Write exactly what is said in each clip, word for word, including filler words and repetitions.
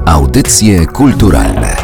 Audycje kulturalne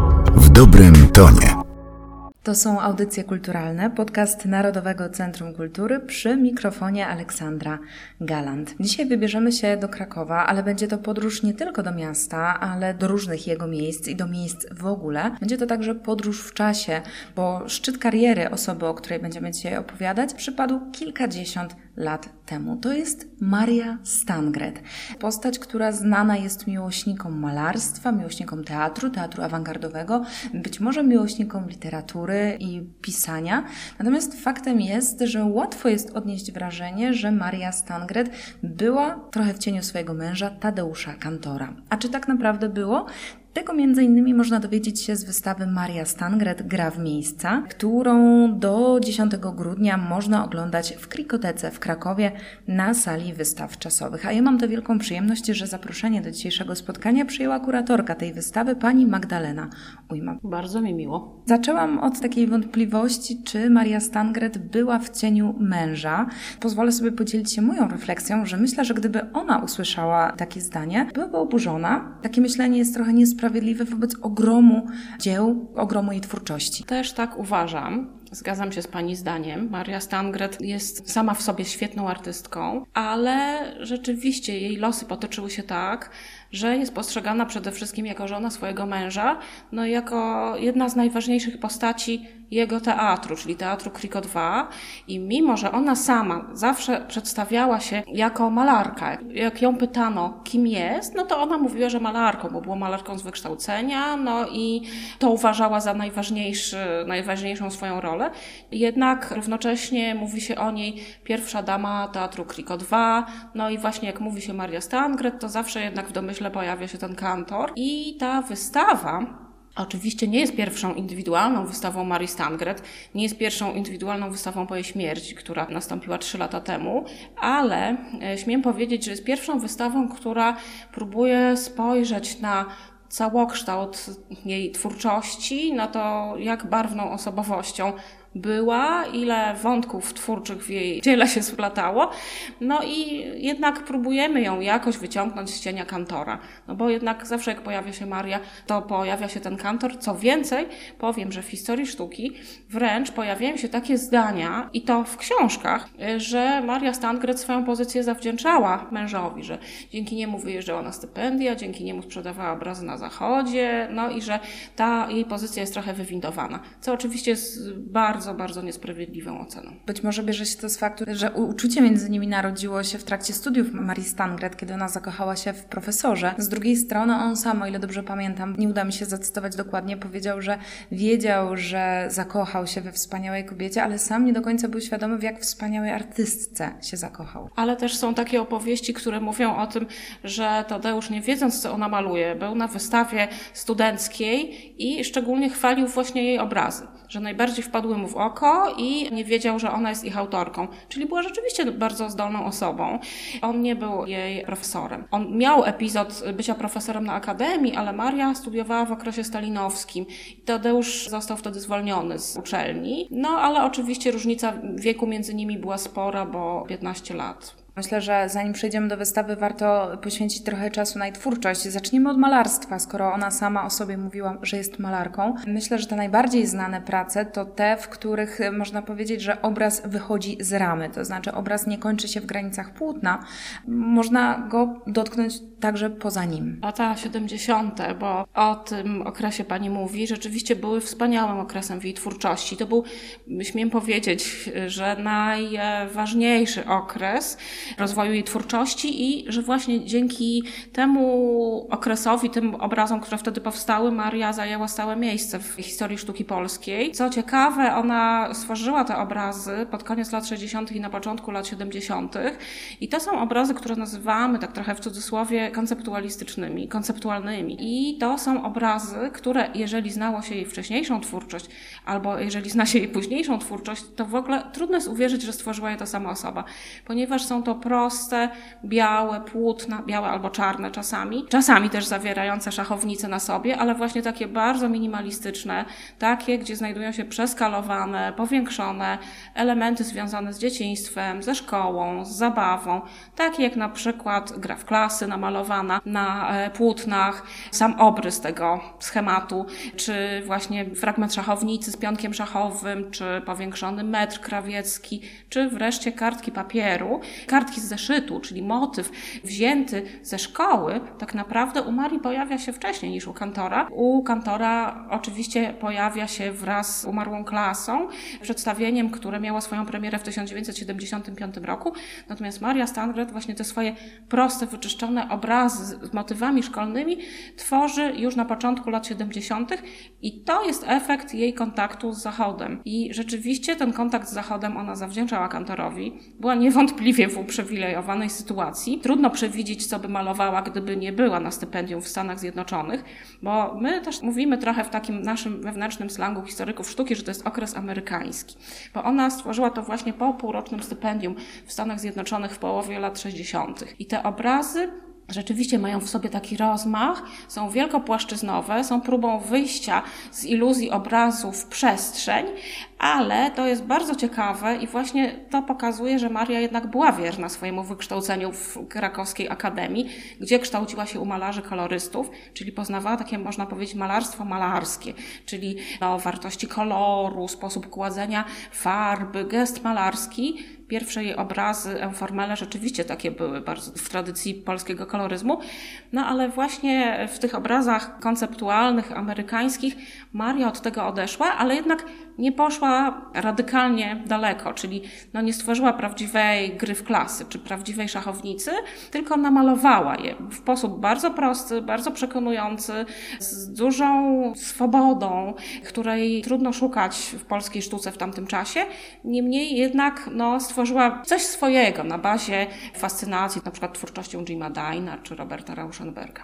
w dobrym tonie. To są Audycje Kulturalne, podcast Narodowego Centrum Kultury, przy mikrofonie Aleksandra Galant. Dzisiaj wybierzemy się do Krakowa, ale będzie to podróż nie tylko do miasta, ale do różnych jego miejsc i do miejsc w ogóle. Będzie to także podróż w czasie, bo szczyt kariery osoby, o której będziemy dzisiaj opowiadać, przypadł kilkadziesiąt lat temu. To jest Maria Stangret. Postać, która znana jest miłośnikom malarstwa, miłośnikom teatru, teatru awangardowego, być może miłośnikom literatury i pisania. Natomiast faktem jest, że łatwo jest odnieść wrażenie, że Maria Stangret była trochę w cieniu swojego męża Tadeusza Kantora. A czy tak naprawdę było? Tego między innymi można dowiedzieć się z wystawy Maria Stangret gra w miejsca, którą do dziesiątego grudnia można oglądać w Krikotece w Krakowie na sali wystaw czasowych. A ja mam tę wielką przyjemność, że zaproszenie do dzisiejszego spotkania przyjęła kuratorka tej wystawy, pani Magdalena Ujma. Bardzo mi miło. Zaczęłam od takiej wątpliwości, czy Maria Stangret była w cieniu męża. Pozwolę sobie podzielić się moją refleksją, że myślę, że gdyby ona usłyszała takie zdanie, byłaby oburzona. Takie myślenie jest trochę niesprawiedliwe. Sprawiedliwe wobec ogromu dzieł, ogromu jej twórczości. Też tak uważam. Zgadzam się z pani zdaniem. Maria Stangret jest sama w sobie świetną artystką, ale rzeczywiście jej losy potoczyły się tak, że jest postrzegana przede wszystkim jako żona swojego męża, no i jako jedna z najważniejszych postaci jego teatru, czyli teatru Kriko dwa. I mimo, że ona sama zawsze przedstawiała się jako malarka, jak ją pytano, kim jest, no to ona mówiła, że malarką, bo była malarką z wykształcenia, no i to uważała za najważniejszy, najważniejszą swoją rolę. Jednak równocześnie mówi się o niej pierwsza dama teatru Kriko dwa, no i właśnie jak mówi się Maria Stangret, to zawsze jednak w domyśle pojawia się ten kantor. I ta wystawa oczywiście nie jest pierwszą indywidualną wystawą Marii Stangret, nie jest pierwszą indywidualną wystawą po jej śmierci, która nastąpiła trzy lata temu, ale śmiem powiedzieć, że jest pierwszą wystawą, która próbuje spojrzeć na całokształt jej twórczości, na to, jak barwną osobowością była, ile wątków twórczych w jej dziele się splatało, no i jednak próbujemy ją jakoś wyciągnąć z cienia kantora, no bo jednak zawsze jak pojawia się Maria, to pojawia się ten kantor. Co więcej, powiem, że w historii sztuki wręcz pojawiają się takie zdania, i to w książkach, że Maria Stangret swoją pozycję zawdzięczała mężowi, że dzięki niemu wyjeżdżała na stypendia, dzięki niemu sprzedawała obrazy na zachodzie, no i że ta jej pozycja jest trochę wywindowana, co oczywiście jest bardzo bardzo, bardzo niesprawiedliwą oceną. Być może bierze się to z faktu, że uczucie między nimi narodziło się w trakcie studiów Marii Stangret, kiedy ona zakochała się w profesorze. Z drugiej strony on sam, o ile dobrze pamiętam, nie uda mi się zacytować dokładnie, powiedział, że wiedział, że zakochał się we wspaniałej kobiecie, ale sam nie do końca był świadomy, w jak wspaniałej artystce się zakochał. Ale też są takie opowieści, które mówią o tym, że Tadeusz, nie wiedząc, co ona maluje, był na wystawie studenckiej i szczególnie chwalił właśnie jej obrazy, że najbardziej wpadły mu w oko i nie wiedział, że ona jest ich autorką. Czyli była rzeczywiście bardzo zdolną osobą. On nie był jej profesorem. On miał epizod bycia profesorem na akademii, ale Maria studiowała w okresie stalinowskim. Tadeusz został wtedy zwolniony z uczelni. No ale oczywiście różnica wieku między nimi była spora, bo piętnaście lat. Myślę, że zanim przejdziemy do wystawy, warto poświęcić trochę czasu na jej twórczość. Zacznijmy od malarstwa, skoro ona sama o sobie mówiła, że jest malarką. Myślę, że te najbardziej znane prace to te, w których można powiedzieć, że obraz wychodzi z ramy. To znaczy obraz nie kończy się w granicach płótna. Można go dotknąć także poza nim. Lata siedemdziesiąte, bo o tym okresie pani mówi, rzeczywiście były wspaniałym okresem w jej twórczości. To był, śmiem powiedzieć, że najważniejszy okres rozwoju jej twórczości i że właśnie dzięki temu okresowi, tym obrazom, które wtedy powstały, Maria zajęła stałe miejsce w historii sztuki polskiej. Co ciekawe, ona stworzyła te obrazy pod koniec lat sześćdziesiątych i na początku lat siedemdziesiątych i to są obrazy, które nazywamy tak trochę w cudzysłowie konceptualistycznymi, konceptualnymi. I to są obrazy, które jeżeli znało się jej wcześniejszą twórczość albo jeżeli zna się jej późniejszą twórczość, to w ogóle trudno jest uwierzyć, że stworzyła je ta sama osoba, ponieważ są to proste, białe płótna, białe albo czarne czasami, czasami też zawierające szachownice na sobie, ale właśnie takie bardzo minimalistyczne, takie, gdzie znajdują się przeskalowane, powiększone elementy związane z dzieciństwem, ze szkołą, z zabawą, takie jak na przykład gra w klasy namalowana na płótnach, sam obrys tego schematu, czy właśnie fragment szachownicy z pionkiem szachowym, czy powiększony metr krawiecki, czy wreszcie kartki papieru, kartki z zeszytu, czyli motyw wzięty ze szkoły, tak naprawdę u Marii pojawia się wcześniej niż u Kantora. U Kantora oczywiście pojawia się wraz z umarłą klasą, przedstawieniem, które miało swoją premierę w tysiąc dziewięćset siedemdziesiątym piątym roku. Natomiast Maria Stangret właśnie te swoje proste, wyczyszczone obrazy z motywami szkolnymi tworzy już na początku lat siedemdziesiątych i to jest efekt jej kontaktu z Zachodem. I rzeczywiście ten kontakt z Zachodem ona zawdzięczała Kantorowi. Była niewątpliwie w uprzywilejowanej sytuacji. Trudno przewidzieć, co by malowała, gdyby nie była na stypendium w Stanach Zjednoczonych, bo my też mówimy trochę w takim naszym wewnętrznym slangu historyków sztuki, że to jest okres amerykański. Bo ona stworzyła to właśnie po półrocznym stypendium w Stanach Zjednoczonych w połowie lat sześćdziesiątych. I te obrazy rzeczywiście mają w sobie taki rozmach, są wielkopłaszczyznowe, są próbą wyjścia z iluzji obrazu w przestrzeń, ale to jest bardzo ciekawe i właśnie to pokazuje, że Maria jednak była wierna swojemu wykształceniu w krakowskiej akademii, gdzie kształciła się u malarzy kolorystów, czyli poznawała takie, można powiedzieć, malarstwo malarskie, czyli no, wartości koloru, sposób kładzenia farby, gest malarski. Pierwsze jej obrazy Euformele rzeczywiście takie były bardzo w tradycji polskiego koloryzmu, no ale właśnie w tych obrazach konceptualnych, amerykańskich Maria od tego odeszła, ale jednak nie poszła radykalnie daleko, czyli no nie stworzyła prawdziwej gry w klasy czy prawdziwej szachownicy, tylko namalowała je w sposób bardzo prosty, bardzo przekonujący, z dużą swobodą, której trudno szukać w polskiej sztuce w tamtym czasie. Niemniej jednak no, stworzyła coś swojego na bazie fascynacji na przykład twórczością Jima Dina czy Roberta Rauschenberga.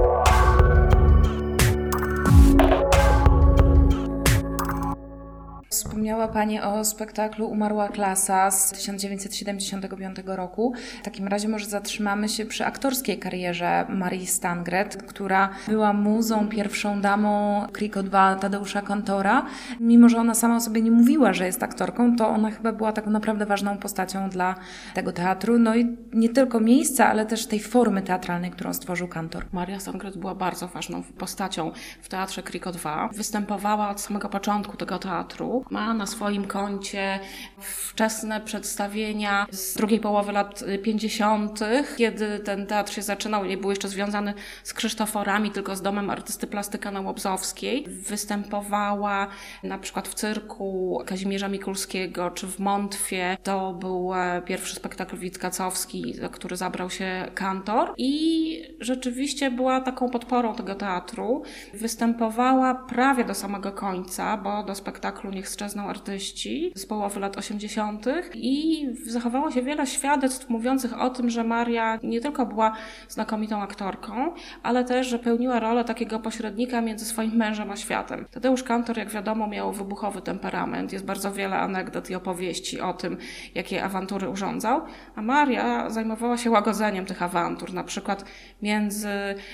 Wspomniała Pani o spektaklu Umarła klasa z tysiąc dziewięćset siedemdziesiątego piątego roku. W takim razie może zatrzymamy się przy aktorskiej karierze Marii Stangret, która była muzą, pierwszą damą Kriko dwa Tadeusza Kantora. Mimo że ona sama o sobie nie mówiła, że jest aktorką, to ona chyba była tak naprawdę ważną postacią dla tego teatru. No i nie tylko miejsca, ale też tej formy teatralnej, którą stworzył Kantor. Maria Stangret była bardzo ważną postacią w Teatrze Kriko dwa. Występowała od samego początku tego teatru. Ma na swoim koncie wczesne przedstawienia z drugiej połowy lat pięćdziesiątych, kiedy ten teatr się zaczynał, nie był jeszcze związany z Krzysztoforami, tylko z Domem Artysty Plastyka na Łobzowskiej. Występowała na przykład w cyrku Kazimierza Mikulskiego, czy w Montwie. To był pierwszy spektakl witkacowski, za który zabrał się Kantor i rzeczywiście była taką podporą tego teatru. Występowała prawie do samego końca, bo do spektaklu Niech strzezną artyści z połowy lat osiemdziesiątych i zachowało się wiele świadectw mówiących o tym, że Maria nie tylko była znakomitą aktorką, ale też, że pełniła rolę takiego pośrednika między swoim mężem a światem. Tadeusz Kantor, jak wiadomo, miał wybuchowy temperament. Jest bardzo wiele anegdot i opowieści o tym, jakie awantury urządzał, a Maria zajmowała się łagodzeniem tych awantur, na przykład między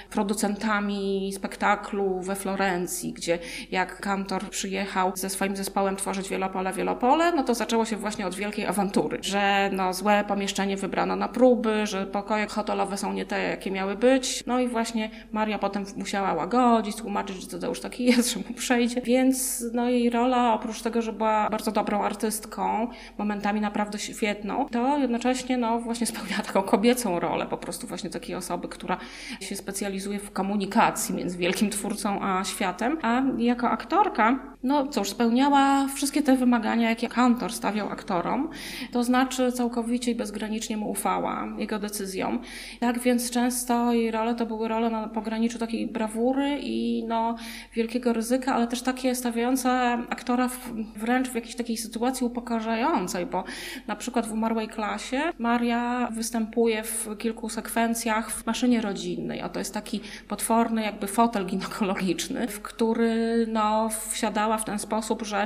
producentami spektaklu we Florencji, gdzie jak Kantor przyjechał ze swoim zespołem tworzyć Wielopole, Wielopole, no to zaczęło się właśnie od wielkiej awantury, że no złe pomieszczenie wybrano na próby, że pokoje hotelowe są nie te, jakie miały być, no i właśnie Maria potem musiała łagodzić, tłumaczyć, że Tadeusz taki jest, że mu przejdzie, więc no jej rola, oprócz tego, że była bardzo dobrą artystką, momentami naprawdę świetną, to jednocześnie no właśnie spełniała taką kobiecą rolę, po prostu właśnie takiej osoby, która się specjalizuje w komunikacji między wielkim twórcą a światem, a jako aktorka, no cóż, spełniała wszystkie te wymagania, jakie Kantor stawiał aktorom, to znaczy całkowicie i bezgranicznie mu ufała jego decyzjom. Tak więc często jej role to były role na pograniczu takiej brawury i no wielkiego ryzyka, ale też takie stawiające aktora w, wręcz w jakiejś takiej sytuacji upokarzającej, bo na przykład w Umarłej klasie Maria występuje w kilku sekwencjach w maszynie rodzinnej, a to jest taki potworny jakby fotel ginekologiczny, w który no wsiadała w ten sposób, że w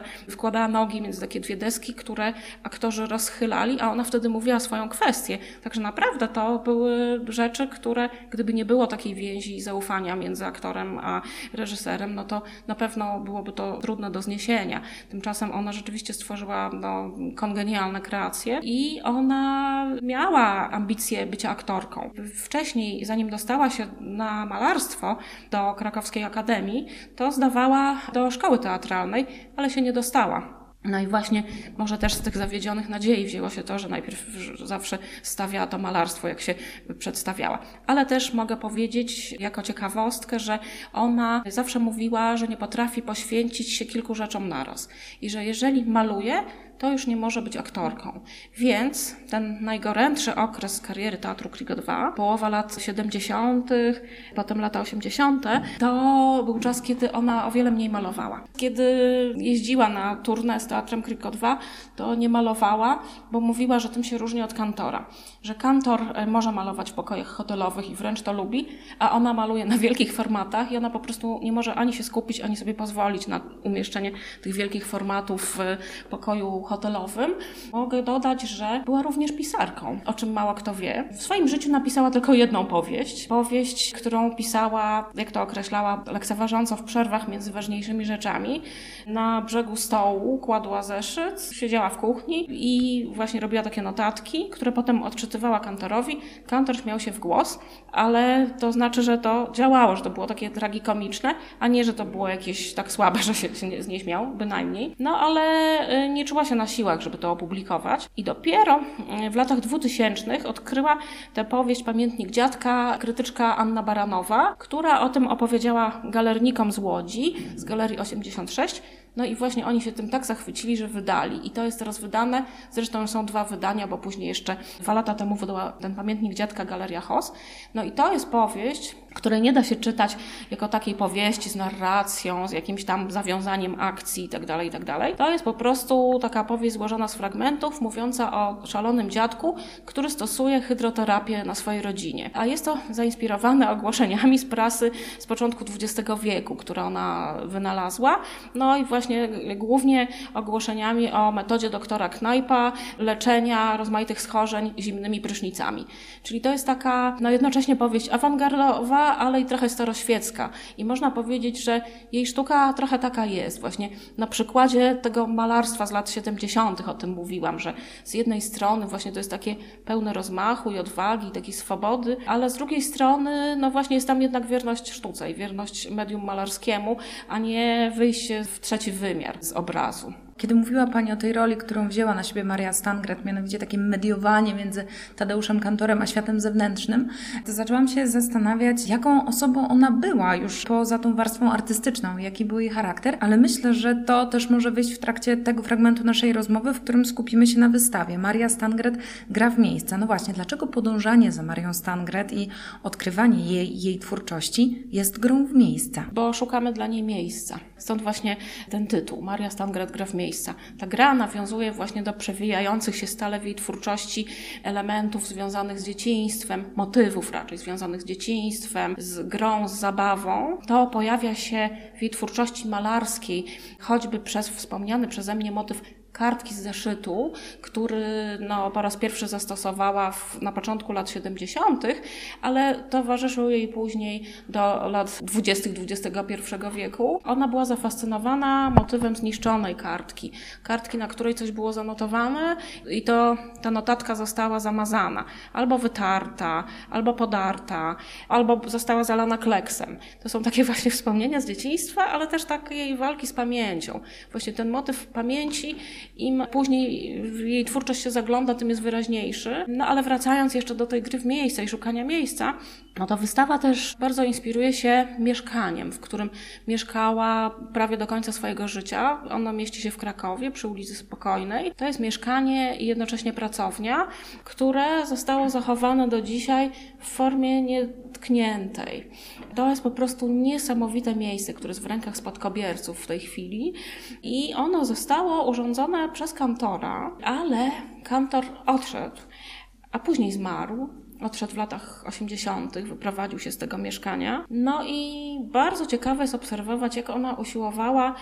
podkładała nogi między takie dwie deski, które aktorzy rozchylali, a ona wtedy mówiła swoją kwestię. Także naprawdę to były rzeczy, które gdyby nie było takiej więzi i zaufania między aktorem a reżyserem, no to na pewno byłoby to trudne do zniesienia. Tymczasem ona rzeczywiście stworzyła no, kongenialne kreacje i ona miała ambicje bycia aktorką. Wcześniej, zanim dostała się na malarstwo do Krakowskiej Akademii, to zdawała do szkoły teatralnej, ale się nie dostała. No i właśnie może też z tych zawiedzionych nadziei wzięło się to, że najpierw zawsze stawiała to malarstwo, jak się przedstawiała. Ale też mogę powiedzieć jako ciekawostkę, że ona zawsze mówiła, że nie potrafi poświęcić się kilku rzeczom naraz. I że jeżeli maluje, to już nie może być aktorką. Więc ten najgorętszy okres kariery Teatru Kriko dwa, połowa lat siedemdziesiątych, potem lata osiemdziesiąte, to był czas, kiedy ona o wiele mniej malowała. Kiedy jeździła na tournée z Teatrem Kriko dwa, to nie malowała, bo mówiła, że tym się różni od kantora. Że kantor może malować w pokojach hotelowych i wręcz to lubi, a ona maluje na wielkich formatach i ona po prostu nie może ani się skupić, ani sobie pozwolić na umieszczenie tych wielkich formatów w pokoju hotelowym. Mogę dodać, że była również pisarką, o czym mało kto wie. W swoim życiu napisała tylko jedną powieść. Powieść, którą pisała, jak to określała, lekceważąco w przerwach między ważniejszymi rzeczami. Na brzegu stołu kładła zeszyt, siedziała w kuchni i właśnie robiła takie notatki, które potem odczytywała kantorowi. Kantor śmiał się w głos, ale to znaczy, że to działało, że to było takie tragikomiczne, a nie, że to było jakieś tak słabe, że się z niej śmiał, bynajmniej. No ale nie czuła się na siłach, żeby to opublikować. I dopiero w latach dwutysięcznych odkryła tę powieść Pamiętnik dziadka krytyczka Anna Baranowa, która o tym opowiedziała galernikom z Łodzi, z Galerii osiemdziesiąt sześć. No i właśnie oni się tym tak zachwycili, że wydali. I to jest teraz wydane. Zresztą są dwa wydania, bo później jeszcze dwa lata temu wydała ten Pamiętnik dziadka Galeria Hoss. No i to jest powieść, której nie da się czytać jako takiej powieści z narracją, z jakimś tam zawiązaniem akcji itd., itd. To jest po prostu taka powieść złożona z fragmentów, mówiąca o szalonym dziadku, który stosuje hydroterapię na swojej rodzinie. A jest to zainspirowane ogłoszeniami z prasy z początku dwudziestego wieku, które ona wynalazła. No i właśnie Właśnie głównie ogłoszeniami o metodzie doktora Knajpa leczenia rozmaitych schorzeń zimnymi prysznicami. Czyli to jest taka no jednocześnie powieść awangardowa, ale i trochę staroświecka. I można powiedzieć, że jej sztuka trochę taka jest. Właśnie na przykładzie tego malarstwa z lat siedemdziesiątych o tym mówiłam, że z jednej strony właśnie to jest takie pełne rozmachu i odwagi, takiej swobody, ale z drugiej strony no właśnie jest tam jednak wierność sztuce i wierność medium malarskiemu, a nie wyjście w trzeci wymiar z obrazu. Kiedy mówiła Pani o tej roli, którą wzięła na siebie Maria Stangret, mianowicie takie mediowanie między Tadeuszem Kantorem a światem zewnętrznym, to zaczęłam się zastanawiać, jaką osobą ona była już poza tą warstwą artystyczną, jaki był jej charakter, ale myślę, że to też może wyjść w trakcie tego fragmentu naszej rozmowy, w którym skupimy się na wystawie. Maria Stangret gra w miejsca. No właśnie, dlaczego podążanie za Marią Stangret i odkrywanie jej, jej twórczości jest grą w miejsca? Bo szukamy dla niej miejsca. Stąd właśnie ten tytuł. Maria Stangret gra w miejsca. Ta gra nawiązuje właśnie do przewijających się stale w jej twórczości elementów związanych z dzieciństwem, motywów raczej związanych z dzieciństwem, z grą, z zabawą. To pojawia się w jej twórczości malarskiej, choćby przez wspomniany przeze mnie motyw kartki z zeszytu, który no, po raz pierwszy zastosowała w, na początku lat siedemdziesiątych, ale towarzyszył jej później do lat dwudziestych dwudziestego pierwszego wieku. Ona była zafascynowana motywem zniszczonej kartki. Kartki, na której coś było zanotowane i to ta notatka została zamazana, albo wytarta, albo podarta, albo została zalana kleksem. To są takie właśnie wspomnienia z dzieciństwa, ale też takiej walki z pamięcią. Właśnie ten motyw pamięci, im później w jej twórczość się zagląda, tym jest wyraźniejszy. No ale wracając jeszcze do tej gry w miejsca i szukania miejsca, no to wystawa też bardzo inspiruje się mieszkaniem, w którym mieszkała prawie do końca swojego życia. Ono mieści się w Krakowie przy ulicy Spokojnej. To jest mieszkanie i jednocześnie pracownia, które zostało zachowane do dzisiaj w formie nietkniętej. To jest po prostu niesamowite miejsce, które jest w rękach spadkobierców w tej chwili i ono zostało urządzone przez kantora, ale kantor odszedł, a później zmarł. Odszedł w latach osiemdziesiątych, wyprowadził się z tego mieszkania. No i bardzo ciekawe jest obserwować, jak ona usiłowała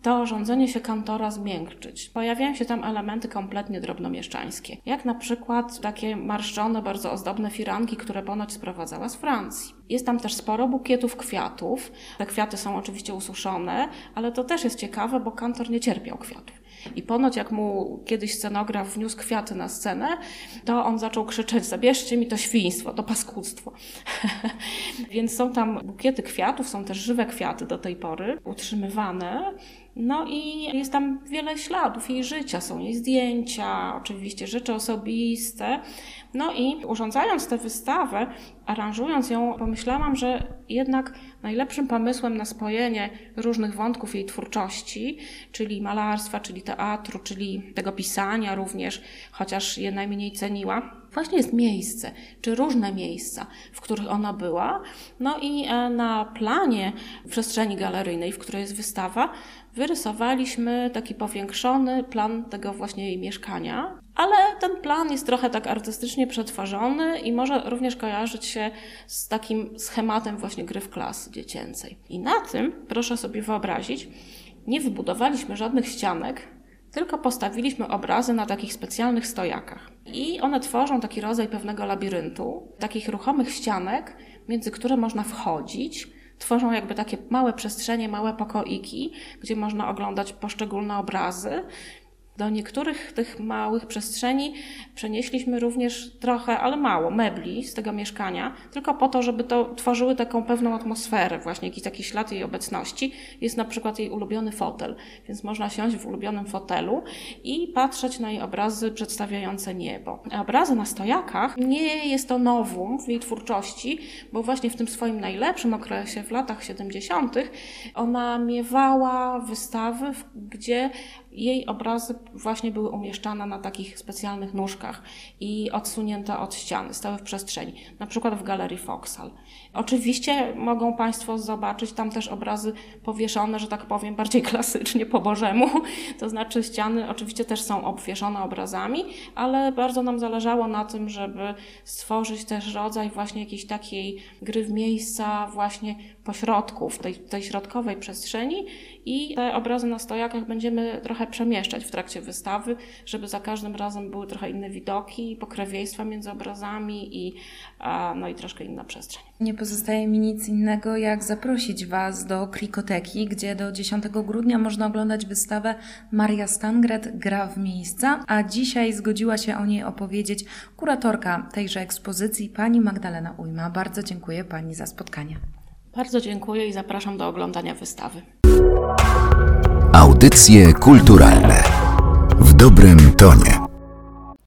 to rządzenie się kantora zmiękczyć. Pojawiają się tam elementy kompletnie drobnomieszczańskie, jak na przykład takie marszczone, bardzo ozdobne firanki, które ponoć sprowadzała z Francji. Jest tam też sporo bukietów kwiatów. Te kwiaty są oczywiście ususzone, ale to też jest ciekawe, bo kantor nie cierpiał kwiatów. I ponoć jak mu kiedyś scenograf wniósł kwiaty na scenę, to on zaczął krzyczeć: zabierzcie mi to świństwo, to paskudztwo. Więc są tam bukiety kwiatów, są też żywe kwiaty do tej pory utrzymywane. No i jest tam wiele śladów jej życia, są jej zdjęcia, oczywiście rzeczy osobiste. No i urządzając tę wystawę, aranżując ją, pomyślałam, że jednak najlepszym pomysłem na spojenie różnych wątków jej twórczości, czyli malarstwa, czyli teatru, czyli tego pisania również, chociaż je najmniej ceniła, właśnie jest miejsce, czy różne miejsca, w których ona była. No i na planie przestrzeni galeryjnej, w której jest wystawa, wyrysowaliśmy taki powiększony plan tego właśnie jej mieszkania, ale ten plan jest trochę tak artystycznie przetworzony i może również kojarzyć się z takim schematem właśnie gry w klasy dziecięcej. I na tym, proszę sobie wyobrazić, nie wybudowaliśmy żadnych ścianek, tylko postawiliśmy obrazy na takich specjalnych stojakach. I one tworzą taki rodzaj pewnego labiryntu, takich ruchomych ścianek, między które można wchodzić. Tworzą jakby takie małe przestrzenie, małe pokoiki, gdzie można oglądać poszczególne obrazy. Do niektórych tych małych przestrzeni przenieśliśmy również trochę, ale mało, mebli z tego mieszkania, tylko po to, żeby to tworzyły taką pewną atmosferę, właśnie jakiś taki ślad jej obecności. Jest na przykład jej ulubiony fotel, więc można siąść w ulubionym fotelu i patrzeć na jej obrazy przedstawiające niebo. A obrazy na stojakach nie jest to nowum w jej twórczości, bo właśnie w tym swoim najlepszym okresie, w latach siedemdziesiątych, ona miewała wystawy, gdzie jej obrazy właśnie były umieszczane na takich specjalnych nóżkach i odsunięte od ściany, stały w przestrzeni, na przykład w Galerii Vauxhall. Oczywiście mogą Państwo zobaczyć tam też obrazy powieszone, że tak powiem, bardziej klasycznie po bożemu, to znaczy ściany oczywiście też są obwieszone obrazami, ale bardzo nam zależało na tym, żeby stworzyć też rodzaj właśnie jakiejś takiej gry w miejsca właśnie pośrodku, w tej, tej środkowej przestrzeni i te obrazy na stojakach będziemy trochę przemieszczać w trakcie wystawy, żeby za każdym razem były trochę inne widoki, pokrewieństwa między obrazami i, no i troszkę inna przestrzeń. Nie pozostaje mi nic innego, jak zaprosić Was do Klikoteki, gdzie do dziesiątego grudnia można oglądać wystawę Maria Stangret Gra w miejsca, a dzisiaj zgodziła się o niej opowiedzieć kuratorka tejże ekspozycji, pani Magdalena Ujma. Bardzo dziękuję Pani za spotkanie. Bardzo dziękuję i zapraszam do oglądania wystawy. Audycje kulturalne w dobrym tonie.